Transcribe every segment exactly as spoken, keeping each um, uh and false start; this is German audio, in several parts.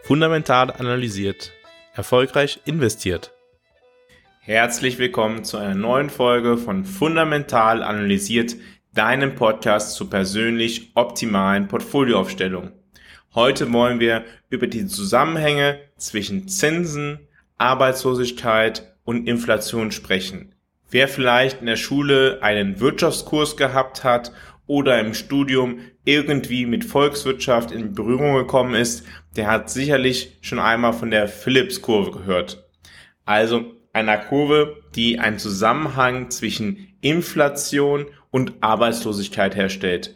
Fundamental analysiert, erfolgreich investiert. Herzlich willkommen zu einer neuen Folge von Fundamental analysiert, deinem Podcast zur persönlich optimalen Portfolioaufstellung. Heute wollen wir über die Zusammenhänge zwischen Zinsen, Arbeitslosigkeit und Inflation sprechen. Wer vielleicht in der Schule einen Wirtschaftskurs gehabt hat oder im Studium irgendwie mit Volkswirtschaft in Berührung gekommen ist, der hat sicherlich schon einmal von der Phillips-Kurve gehört. Also einer Kurve, die einen Zusammenhang zwischen Inflation und Arbeitslosigkeit herstellt.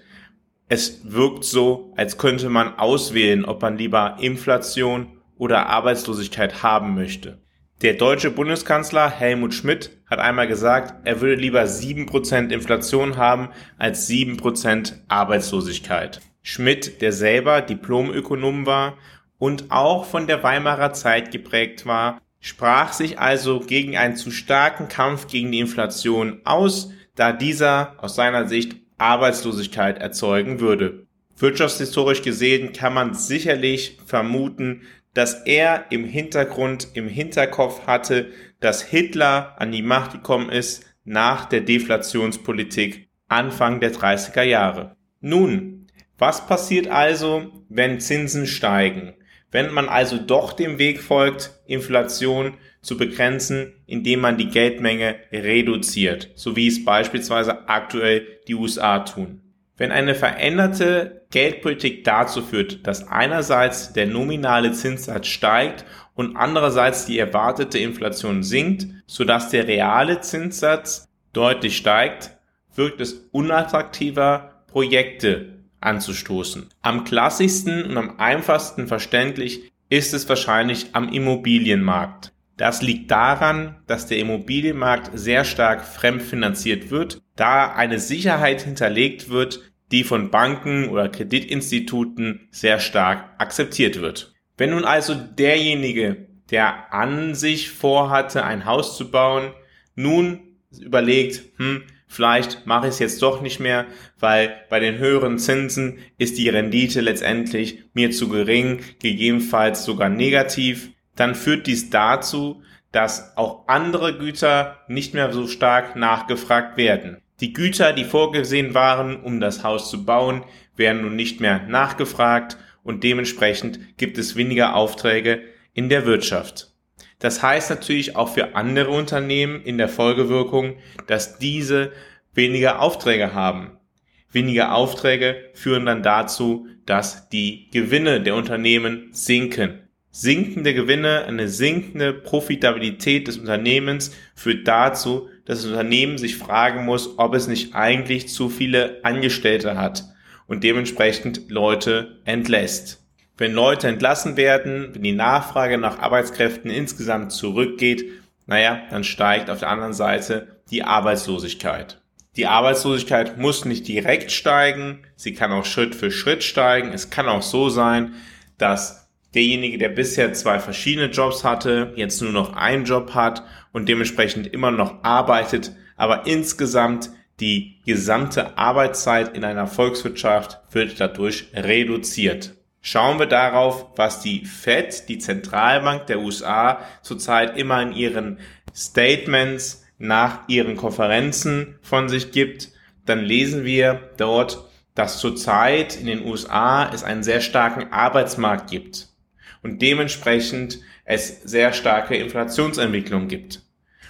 Es wirkt so, als könnte man auswählen, ob man lieber Inflation oder Arbeitslosigkeit haben möchte. Der deutsche Bundeskanzler Helmut Schmidt hat einmal gesagt, er würde lieber sieben Prozent Inflation haben als sieben Prozent Arbeitslosigkeit. Schmidt, der selber Diplomökonom war und auch von der Weimarer Zeit geprägt war, sprach sich also gegen einen zu starken Kampf gegen die Inflation aus, da dieser aus seiner Sicht Arbeitslosigkeit erzeugen würde. Wirtschaftshistorisch gesehen kann man sicherlich vermuten, dass er im Hintergrund, im Hinterkopf hatte, dass Hitler an die Macht gekommen ist nach der Deflationspolitik Anfang der dreißiger Jahre. Nun, was passiert also, wenn Zinsen steigen? Wenn man also doch dem Weg folgt, Inflation zu begrenzen, indem man die Geldmenge reduziert, so wie es beispielsweise aktuell die U S A tun. Wenn eine veränderte Geldpolitik dazu führt, dass einerseits der nominale Zinssatz steigt und andererseits die erwartete Inflation sinkt, sodass der reale Zinssatz deutlich steigt, wirkt es unattraktiver, Projekte anzustoßen. Am klassischsten und am einfachsten verständlich ist es wahrscheinlich am Immobilienmarkt. Das liegt daran, dass der Immobilienmarkt sehr stark fremdfinanziert wird, da eine Sicherheit hinterlegt wird, die von Banken oder Kreditinstituten sehr stark akzeptiert wird. Wenn nun also derjenige, der an sich vorhatte, ein Haus zu bauen, nun überlegt, hm, vielleicht mache ich es jetzt doch nicht mehr, weil bei den höheren Zinsen ist die Rendite letztendlich mir zu gering, gegebenenfalls sogar negativ, dann führt dies dazu, dass auch andere Güter nicht mehr so stark nachgefragt werden. Die Güter, die vorgesehen waren, um das Haus zu bauen, werden nun nicht mehr nachgefragt und dementsprechend gibt es weniger Aufträge in der Wirtschaft. Das heißt natürlich auch für andere Unternehmen in der Folgewirkung, dass diese weniger Aufträge haben. Weniger Aufträge führen dann dazu, dass die Gewinne der Unternehmen sinken. Sinkende Gewinne, eine sinkende Profitabilität des Unternehmens führt dazu, dass das Unternehmen sich fragen muss, ob es nicht eigentlich zu viele Angestellte hat und dementsprechend Leute entlässt. Wenn Leute entlassen werden, wenn die Nachfrage nach Arbeitskräften insgesamt zurückgeht, naja, dann steigt auf der anderen Seite die Arbeitslosigkeit. Die Arbeitslosigkeit muss nicht direkt steigen, sie kann auch Schritt für Schritt steigen. Es kann auch so sein, dass derjenige, der bisher zwei verschiedene Jobs hatte, jetzt nur noch einen Job hat und dementsprechend immer noch arbeitet, aber insgesamt die gesamte Arbeitszeit in einer Volkswirtschaft wird dadurch reduziert. Schauen wir darauf, was die Fed, die Zentralbank der U S A, zurzeit immer in ihren Statements nach ihren Konferenzen von sich gibt, dann lesen wir dort, dass zurzeit in den U S A es einen sehr starken Arbeitsmarkt gibt und dementsprechend es sehr starke Inflationsentwicklung gibt.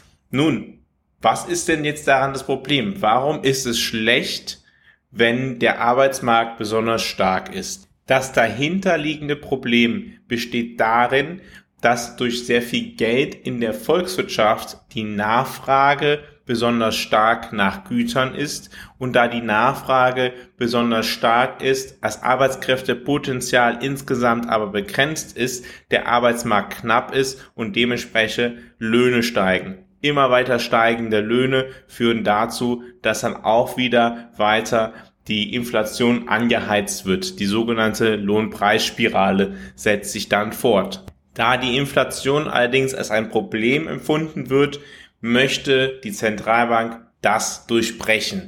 Nun, was ist denn jetzt daran das Problem? Warum ist es schlecht, wenn der Arbeitsmarkt besonders stark ist? Das dahinterliegende Problem besteht darin, dass durch sehr viel Geld in der Volkswirtschaft die Nachfrage besonders stark nach Gütern ist und da die Nachfrage besonders stark ist, das Arbeitskräftepotenzial insgesamt aber begrenzt ist, der Arbeitsmarkt knapp ist und dementsprechend Löhne steigen. Immer weiter steigende Löhne führen dazu, dass dann auch wieder weiter die Inflation angeheizt wird. Die sogenannte Lohnpreisspirale setzt sich dann fort. Da die Inflation allerdings als ein Problem empfunden wird, möchte die Zentralbank das durchbrechen.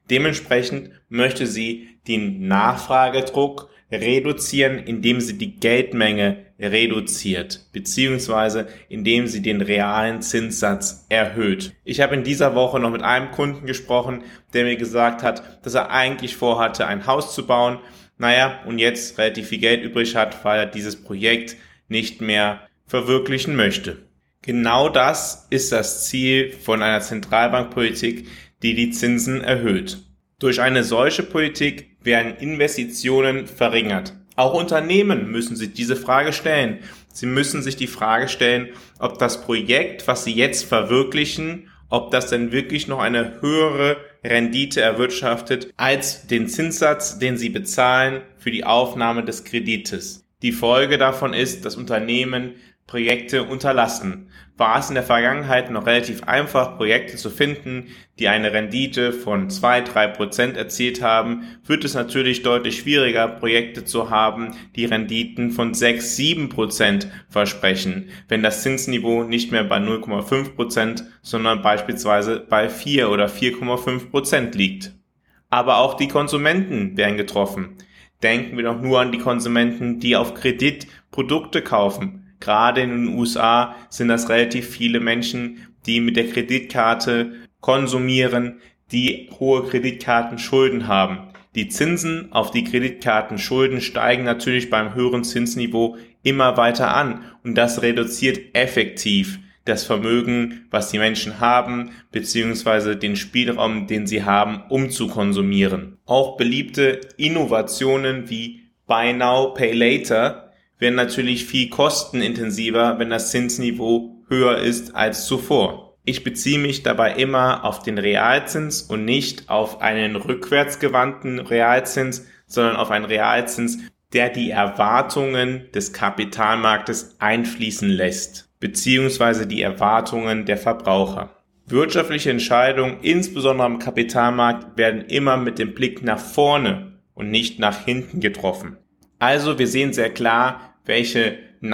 Dementsprechend möchte sie den Nachfragedruck reduzieren, indem sie die Geldmenge reduziert, beziehungsweise indem sie den realen Zinssatz erhöht. Ich habe in dieser Woche noch mit einem Kunden gesprochen, der mir gesagt hat, dass er eigentlich vorhatte, ein Haus zu bauen, naja, und jetzt relativ viel Geld übrig hat, weil er dieses Projekt nicht mehr verwirklichen möchte. Genau das ist das Ziel von einer Zentralbankpolitik, die die Zinsen erhöht. Durch eine solche Politik werden Investitionen verringert. Auch Unternehmen müssen sich diese Frage stellen. Sie müssen sich die Frage stellen, ob das Projekt, was sie jetzt verwirklichen, ob das denn wirklich noch eine höhere Rendite erwirtschaftet als den Zinssatz, den sie bezahlen für die Aufnahme des Kredites. Die Folge davon ist, dass Unternehmen Projekte unterlassen. War es in der Vergangenheit noch relativ einfach, Projekte zu finden, die eine Rendite von zwei bis drei Prozent erzielt haben, wird es natürlich deutlich schwieriger, Projekte zu haben, die Renditen von sechs bis sieben Prozent versprechen, wenn das Zinsniveau nicht mehr bei null Komma fünf Prozent, sondern beispielsweise bei vier oder vier Komma fünf Prozent liegt. Aber auch die Konsumenten werden getroffen. Denken wir doch nur an die Konsumenten, die auf Kredit Produkte kaufen. Gerade in den U S A sind das relativ viele Menschen, die mit der Kreditkarte konsumieren, die hohe Kreditkartenschulden haben. Die Zinsen auf die Kreditkartenschulden steigen natürlich beim höheren Zinsniveau immer weiter an und das reduziert effektiv das Vermögen, was die Menschen haben, beziehungsweise den Spielraum, den sie haben, um zu konsumieren. Auch beliebte Innovationen wie Buy Now, Pay Later werden natürlich viel kostenintensiver, wenn das Zinsniveau höher ist als zuvor. Ich beziehe mich dabei immer auf den Realzins und nicht auf einen rückwärtsgewandten Realzins, sondern auf einen Realzins, der die Erwartungen des Kapitalmarktes einfließen lässt, beziehungsweise die Erwartungen der Verbraucher. Wirtschaftliche Entscheidungen, insbesondere am Kapitalmarkt, werden immer mit dem Blick nach vorne und nicht nach hinten getroffen. Also wir sehen sehr klar, welche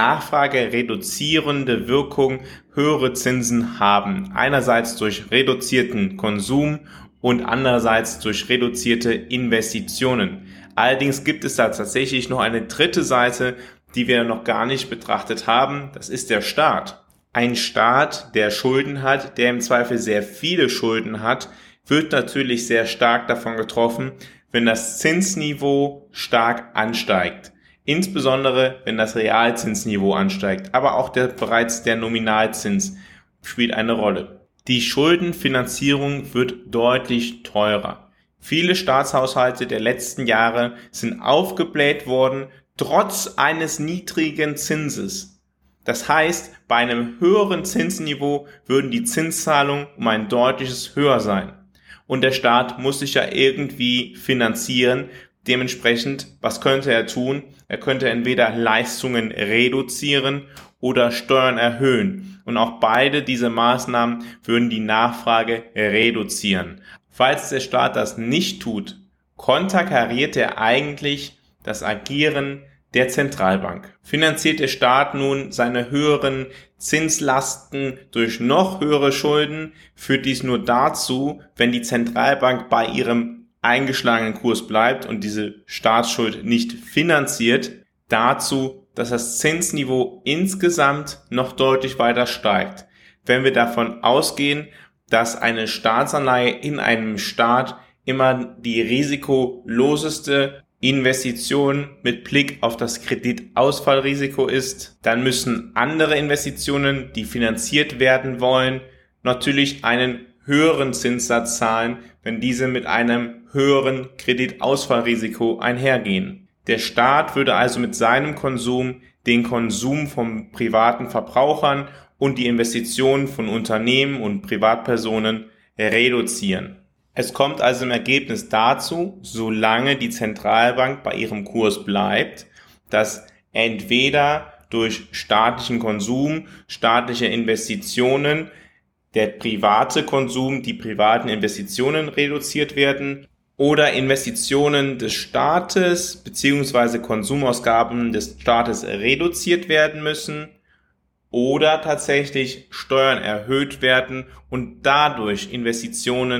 nachfragereduzierende Wirkung höhere Zinsen haben. Einerseits durch reduzierten Konsum und andererseits durch reduzierte Investitionen. Allerdings gibt es da tatsächlich noch eine dritte Seite, die wir noch gar nicht betrachtet haben. Das ist der Staat. Ein Staat, der Schulden hat, der im Zweifel sehr viele Schulden hat, wird natürlich sehr stark davon getroffen, wenn das Zinsniveau stark ansteigt. Insbesondere, wenn das Realzinsniveau ansteigt, aber auch der, bereits der Nominalzins spielt eine Rolle. Die Schuldenfinanzierung wird deutlich teurer. Viele Staatshaushalte der letzten Jahre sind aufgebläht worden, trotz eines niedrigen Zinses. Das heißt, bei einem höheren Zinsniveau würden die Zinszahlungen um ein deutliches höher sein. Und der Staat muss sich ja irgendwie finanzieren. Dementsprechend, was könnte er tun? Er könnte entweder Leistungen reduzieren oder Steuern erhöhen. Und auch beide diese Maßnahmen würden die Nachfrage reduzieren. Falls der Staat das nicht tut, konterkariert er eigentlich das Agieren der Zentralbank. Finanziert der Staat nun seine höheren Zinslasten durch noch höhere Schulden, führt dies nur dazu, wenn die Zentralbank bei ihrem eingeschlagenen Kurs bleibt und diese Staatsschuld nicht finanziert, dazu, dass das Zinsniveau insgesamt noch deutlich weiter steigt. Wenn wir davon ausgehen, dass eine Staatsanleihe in einem Staat immer die risikoloseste Investition mit Blick auf das Kreditausfallrisiko ist, dann müssen andere Investitionen, die finanziert werden wollen, natürlich einen höheren Zinssatz zahlen, wenn diese mit einem höheren Kreditausfallrisiko einhergehen. Der Staat würde also mit seinem Konsum den Konsum von privaten Verbrauchern und die Investitionen von Unternehmen und Privatpersonen reduzieren. Es kommt also im Ergebnis dazu, solange die Zentralbank bei ihrem Kurs bleibt, dass entweder durch staatlichen Konsum, staatliche Investitionen, der private Konsum, die privaten Investitionen reduziert werden oder Investitionen des Staates bzw. Konsumausgaben des Staates reduziert werden müssen oder tatsächlich Steuern erhöht werden und dadurch Investitionen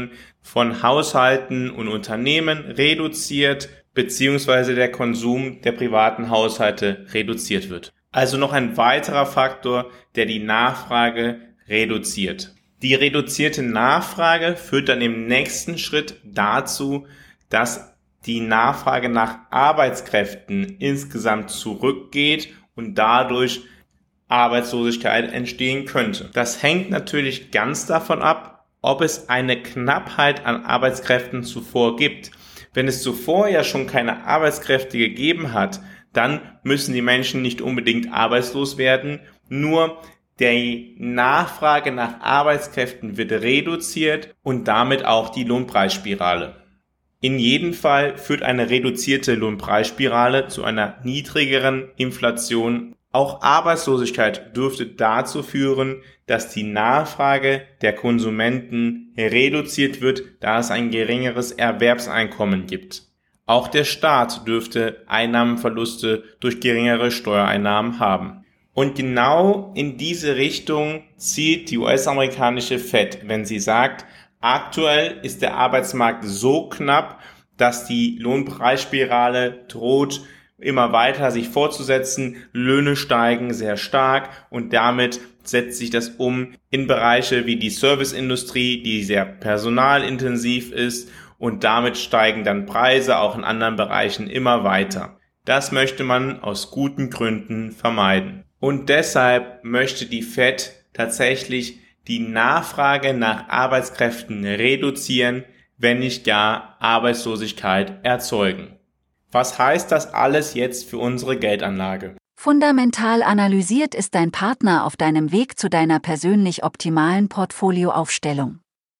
von Haushalten und Unternehmen reduziert, beziehungsweise der Konsum der privaten Haushalte reduziert wird. Also noch ein weiterer Faktor, der die Nachfrage reduziert. Die reduzierte Nachfrage führt dann im nächsten Schritt dazu, dass die Nachfrage nach Arbeitskräften insgesamt zurückgeht und dadurch Arbeitslosigkeit entstehen könnte. Das hängt natürlich ganz davon ab, ob es eine Knappheit an Arbeitskräften zuvor gibt. Wenn es zuvor ja schon keine Arbeitskräfte gegeben hat, dann müssen die Menschen nicht unbedingt arbeitslos werden, nur die Nachfrage nach Arbeitskräften wird reduziert und damit auch die Lohnpreisspirale. In jedem Fall führt eine reduzierte Lohnpreisspirale zu einer niedrigeren Inflation. Auch Arbeitslosigkeit dürfte dazu führen, dass die Nachfrage der Konsumenten reduziert wird, da es ein geringeres Erwerbseinkommen gibt. Auch der Staat dürfte Einnahmenverluste durch geringere Steuereinnahmen haben. Und genau in diese Richtung zielt die U S-amerikanische Fed, wenn sie sagt, aktuell ist der Arbeitsmarkt so knapp, dass die Lohnpreisspirale droht, immer weiter sich fortzusetzen. Löhne steigen sehr stark und damit setzt sich das um in Bereiche wie die Serviceindustrie, die sehr personalintensiv ist, und damit steigen dann Preise auch in anderen Bereichen immer weiter. Das möchte man aus guten Gründen vermeiden. Und deshalb möchte die Fed tatsächlich die Nachfrage nach Arbeitskräften reduzieren, wenn nicht gar Arbeitslosigkeit erzeugen. Was heißt das alles jetzt für unsere Geldanlage? Fundamental analysiert ist dein Partner auf deinem Weg zu deiner persönlich optimalen Portfolioaufstellung.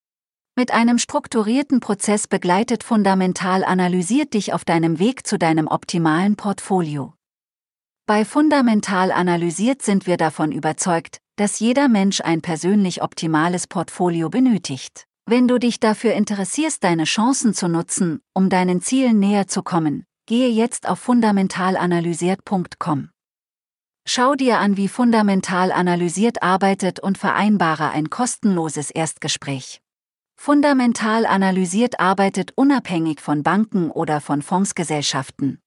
Mit einem strukturierten Prozess begleitet Fundamental analysiert dich auf deinem Weg zu deinem optimalen Portfolio. Bei Fundamental analysiert sind wir davon überzeugt, dass jeder Mensch ein persönlich optimales Portfolio benötigt. Wenn du dich dafür interessierst, deine Chancen zu nutzen, um deinen Zielen näher zu kommen, gehe jetzt auf fundamental analysiert punkt com. Schau dir an, wie Fundamental analysiert arbeitet und vereinbare ein kostenloses Erstgespräch. Fundamental analysiert arbeitet unabhängig von Banken oder von Fondsgesellschaften.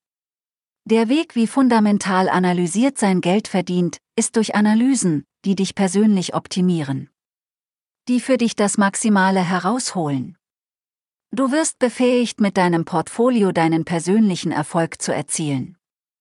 Der Weg, wie Fundamental analysiert sein Geld verdient, ist durch Analysen, die dich persönlich optimieren. Die für dich das Maximale herausholen. Du wirst befähigt, mit deinem Portfolio deinen persönlichen Erfolg zu erzielen.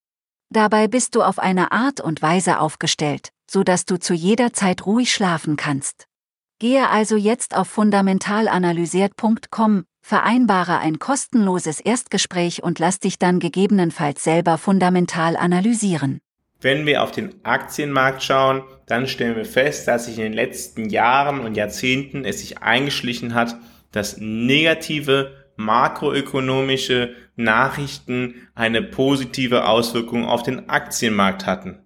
Dabei bist du auf eine Art und Weise aufgestellt, so dass du zu jeder Zeit ruhig schlafen kannst. Gehe also jetzt auf fundamental analysiert punkt com, vereinbare ein kostenloses Erstgespräch und lass dich dann gegebenenfalls selber fundamental analysieren. Wenn wir auf den Aktienmarkt schauen, dann stellen wir fest, dass sich in den letzten Jahren und Jahrzehnten es sich eingeschlichen hat, dass negative makroökonomische Nachrichten eine positive Auswirkung auf den Aktienmarkt hatten.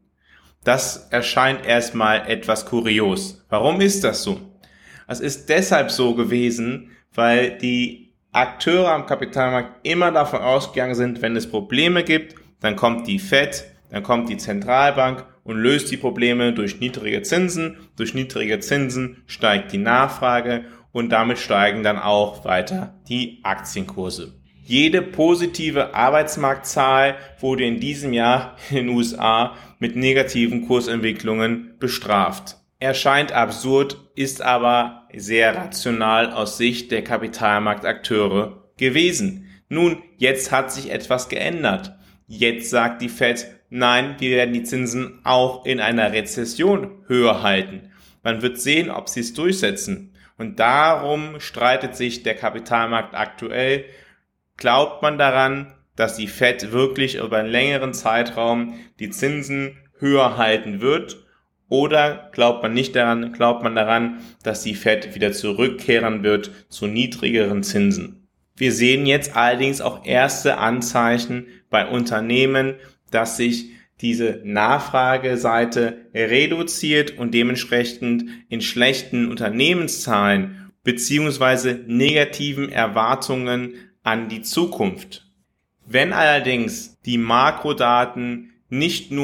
Das erscheint erstmal etwas kurios. Warum ist das so? Es ist deshalb so gewesen, weil die Akteure am Kapitalmarkt immer davon ausgegangen sind, wenn es Probleme gibt, dann kommt die Fed, dann kommt die Zentralbank und löst die Probleme durch niedrige Zinsen. Durch niedrige Zinsen steigt die Nachfrage und damit steigen dann auch weiter die Aktienkurse. Jede positive Arbeitsmarktzahl wurde in diesem Jahr in den U S A mit negativen Kursentwicklungen bestraft. Erscheint absurd, ist aber sehr rational aus Sicht der Kapitalmarktakteure gewesen. Nun, jetzt hat sich etwas geändert. Jetzt sagt die Fed, nein, wir werden die Zinsen auch in einer Rezession höher halten. Man wird sehen, ob sie es durchsetzen. Und darum streitet sich der Kapitalmarkt aktuell. Glaubt man daran, dass die Fed wirklich über einen längeren Zeitraum die Zinsen höher halten wird? Oder glaubt man nicht daran, glaubt man daran, dass die Fed wieder zurückkehren wird zu niedrigeren Zinsen? Wir sehen jetzt allerdings auch erste Anzeichen bei Unternehmen, dass sich diese Nachfrageseite reduziert und dementsprechend in schlechten Unternehmenszahlen beziehungsweise negativen Erwartungen an die Zukunft. Wenn allerdings die Makrodaten nicht nur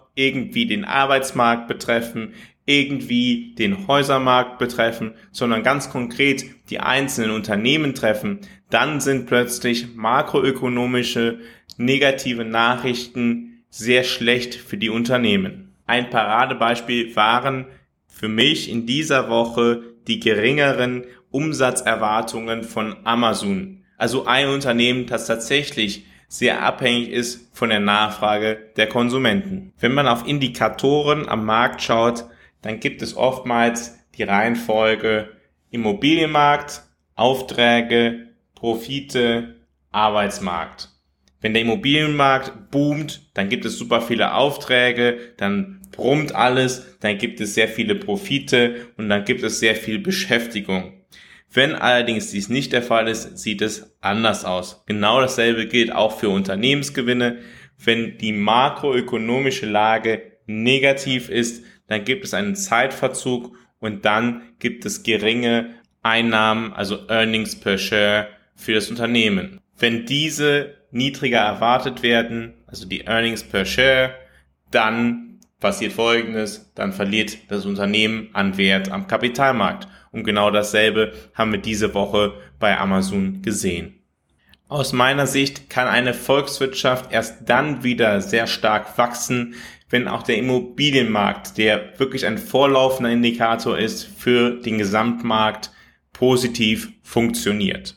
irgendwie den Arbeitsmarkt betreffen, irgendwie den Häusermarkt betreffen, sondern ganz konkret die einzelnen Unternehmen treffen, dann sind plötzlich makroökonomische negative Nachrichten sehr schlecht für die Unternehmen. Ein Paradebeispiel waren für mich in dieser Woche die geringeren Umsatzerwartungen von Amazon. Also ein Unternehmen, das tatsächlich sehr abhängig ist von der Nachfrage der Konsumenten. Wenn man auf Indikatoren am Markt schaut, dann gibt es oftmals die Reihenfolge Immobilienmarkt, Aufträge, Profite, Arbeitsmarkt. Wenn der Immobilienmarkt boomt, dann gibt es super viele Aufträge, dann brummt alles, dann gibt es sehr viele Profite und dann gibt es sehr viel Beschäftigung. Wenn allerdings dies nicht der Fall ist, sieht es anders aus. Genau dasselbe gilt auch für Unternehmensgewinne. Wenn die makroökonomische Lage negativ ist, dann gibt es einen Zeitverzug und dann gibt es geringe Einnahmen, also Earnings per Share für das Unternehmen. Wenn diese niedriger erwartet werden, also die Earnings per Share, dann passiert Folgendes, dann verliert das Unternehmen an Wert am Kapitalmarkt. Und genau dasselbe haben wir diese Woche bei Amazon gesehen. Aus meiner Sicht kann eine Volkswirtschaft erst dann wieder sehr stark wachsen, wenn auch der Immobilienmarkt, der wirklich ein vorlaufender Indikator ist für den Gesamtmarkt, positiv funktioniert.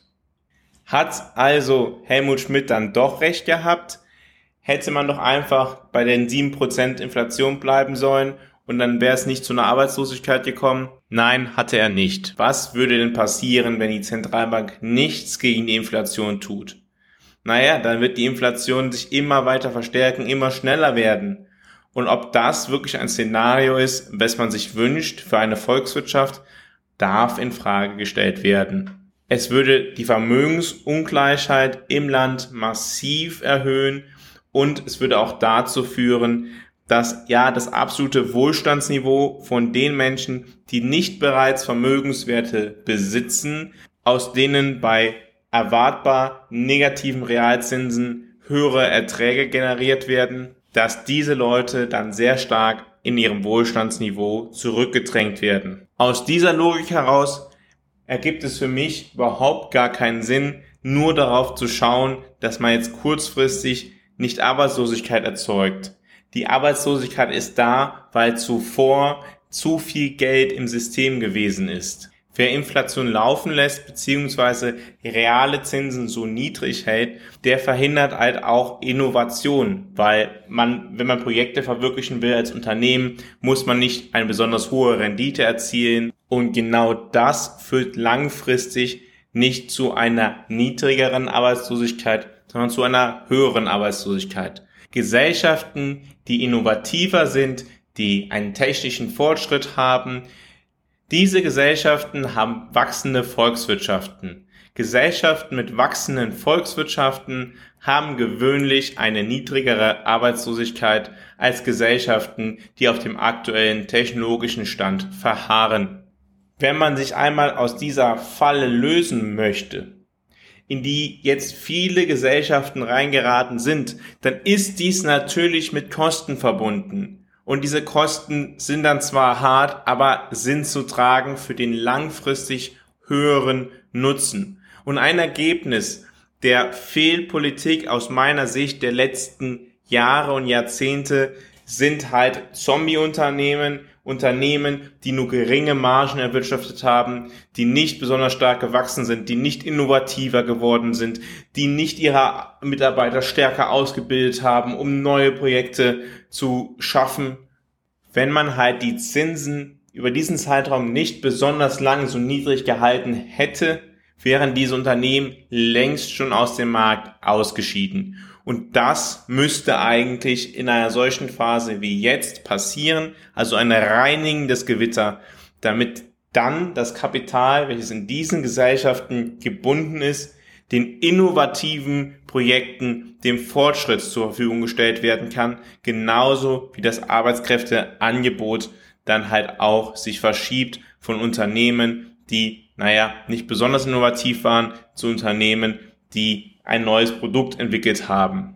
Hat also Helmut Schmidt dann doch recht gehabt? Hätte man doch einfach bei den sieben Prozent Inflation bleiben sollen und dann wäre es nicht zu einer Arbeitslosigkeit gekommen? Nein, hatte er nicht. Was würde denn passieren, wenn die Zentralbank nichts gegen die Inflation tut? Naja, dann wird die Inflation sich immer weiter verstärken, immer schneller werden. Und ob das wirklich ein Szenario ist, was man sich wünscht für eine Volkswirtschaft, darf in Frage gestellt werden. Es würde die Vermögensungleichheit im Land massiv erhöhen und es würde auch dazu führen, dass ja das absolute Wohlstandsniveau von den Menschen, die nicht bereits Vermögenswerte besitzen, aus denen bei erwartbar negativen Realzinsen höhere Erträge generiert werden, dass diese Leute dann sehr stark in ihrem Wohlstandsniveau zurückgedrängt werden. Aus dieser Logik heraus ergibt es für mich überhaupt gar keinen Sinn, nur darauf zu schauen, dass man jetzt kurzfristig nicht Arbeitslosigkeit erzeugt. Die Arbeitslosigkeit ist da, weil zuvor zu viel Geld im System gewesen ist. Wer Inflation laufen lässt, beziehungsweise reale Zinsen so niedrig hält, der verhindert halt auch Innovation, weil man, wenn man Projekte verwirklichen will als Unternehmen, muss man nicht eine besonders hohe Rendite erzielen und genau das führt langfristig nicht zu einer niedrigeren Arbeitslosigkeit, sondern zu einer höheren Arbeitslosigkeit. Gesellschaften, die innovativer sind, die einen technischen Fortschritt haben, diese Gesellschaften haben wachsende Volkswirtschaften. Gesellschaften mit wachsenden Volkswirtschaften haben gewöhnlich eine niedrigere Arbeitslosigkeit als Gesellschaften, die auf dem aktuellen technologischen Stand verharren. Wenn man sich einmal aus dieser Falle lösen möchte, in die jetzt viele Gesellschaften reingeraten sind, dann ist dies natürlich mit Kosten verbunden. Und diese Kosten sind dann zwar hart, aber sind zu tragen für den langfristig höheren Nutzen. Und ein Ergebnis der Fehlpolitik aus meiner Sicht der letzten Jahre und Jahrzehnte sind halt Zombie-Unternehmen, Unternehmen, die nur geringe Margen erwirtschaftet haben, die nicht besonders stark gewachsen sind, die nicht innovativer geworden sind, die nicht ihre Mitarbeiter stärker ausgebildet haben, um neue Projekte zu schaffen. Wenn man halt die Zinsen über diesen Zeitraum nicht besonders lang so niedrig gehalten hätte, wären diese Unternehmen längst schon aus dem Markt ausgeschieden. Und das müsste eigentlich in einer solchen Phase wie jetzt passieren, also ein reinigendes Gewitter, damit dann das Kapital, welches in diesen Gesellschaften gebunden ist, den innovativen Projekten, dem Fortschritt zur Verfügung gestellt werden kann, genauso wie das Arbeitskräfteangebot dann halt auch sich verschiebt von Unternehmen, die, naja, nicht besonders innovativ waren, zu Unternehmen, die ein neues Produkt entwickelt haben.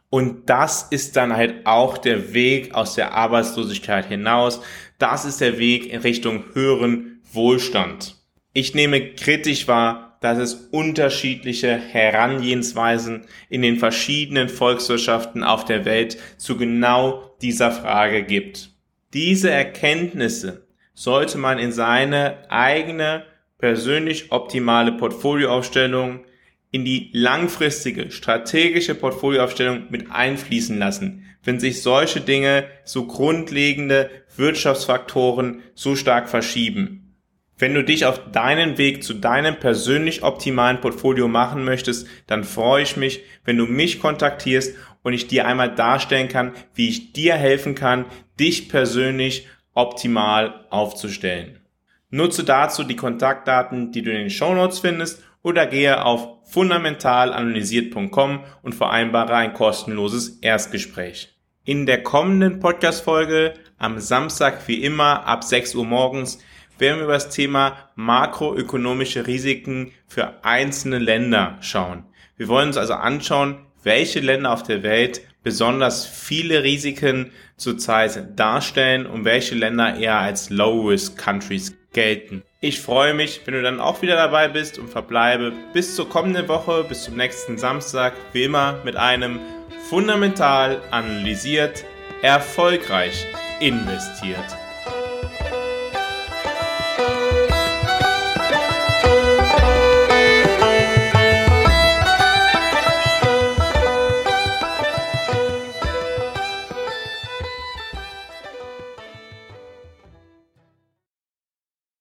Und das ist dann halt auch der Weg aus der Arbeitslosigkeit hinaus. Das ist der Weg in Richtung höheren Wohlstand. Ich nehme kritisch wahr, dass es unterschiedliche Herangehensweisen in den verschiedenen Volkswirtschaften auf der Welt zu genau dieser Frage gibt. Diese Erkenntnisse sollte man in seine eigene persönlich optimale Portfolioaufstellung, in die langfristige strategische Portfolioaufstellung mit einfließen lassen, wenn sich solche Dinge, so grundlegende Wirtschaftsfaktoren so stark verschieben. Wenn du dich auf deinen Weg zu deinem persönlich optimalen Portfolio machen möchtest, dann freue ich mich, wenn du mich kontaktierst und ich dir einmal darstellen kann, wie ich dir helfen kann, dich persönlich optimal aufzustellen. Nutze dazu die Kontaktdaten, die du in den Shownotes findest, oder gehe auf fundamental analysiert punkt com und vereinbare ein kostenloses Erstgespräch. In der kommenden Podcast-Folge am Samstag wie immer ab sechs Uhr morgens werden wir über das Thema makroökonomische Risiken für einzelne Länder schauen. Wir wollen uns also anschauen, welche Länder auf der Welt besonders viele Risiken zurzeit darstellen und welche Länder eher als Low-Risk-Countries gelten. Ich freue mich, wenn du dann auch wieder dabei bist und verbleibe bis zur kommenden Woche, bis zum nächsten Samstag, wie immer mit einem fundamental analysiert, erfolgreich investiert.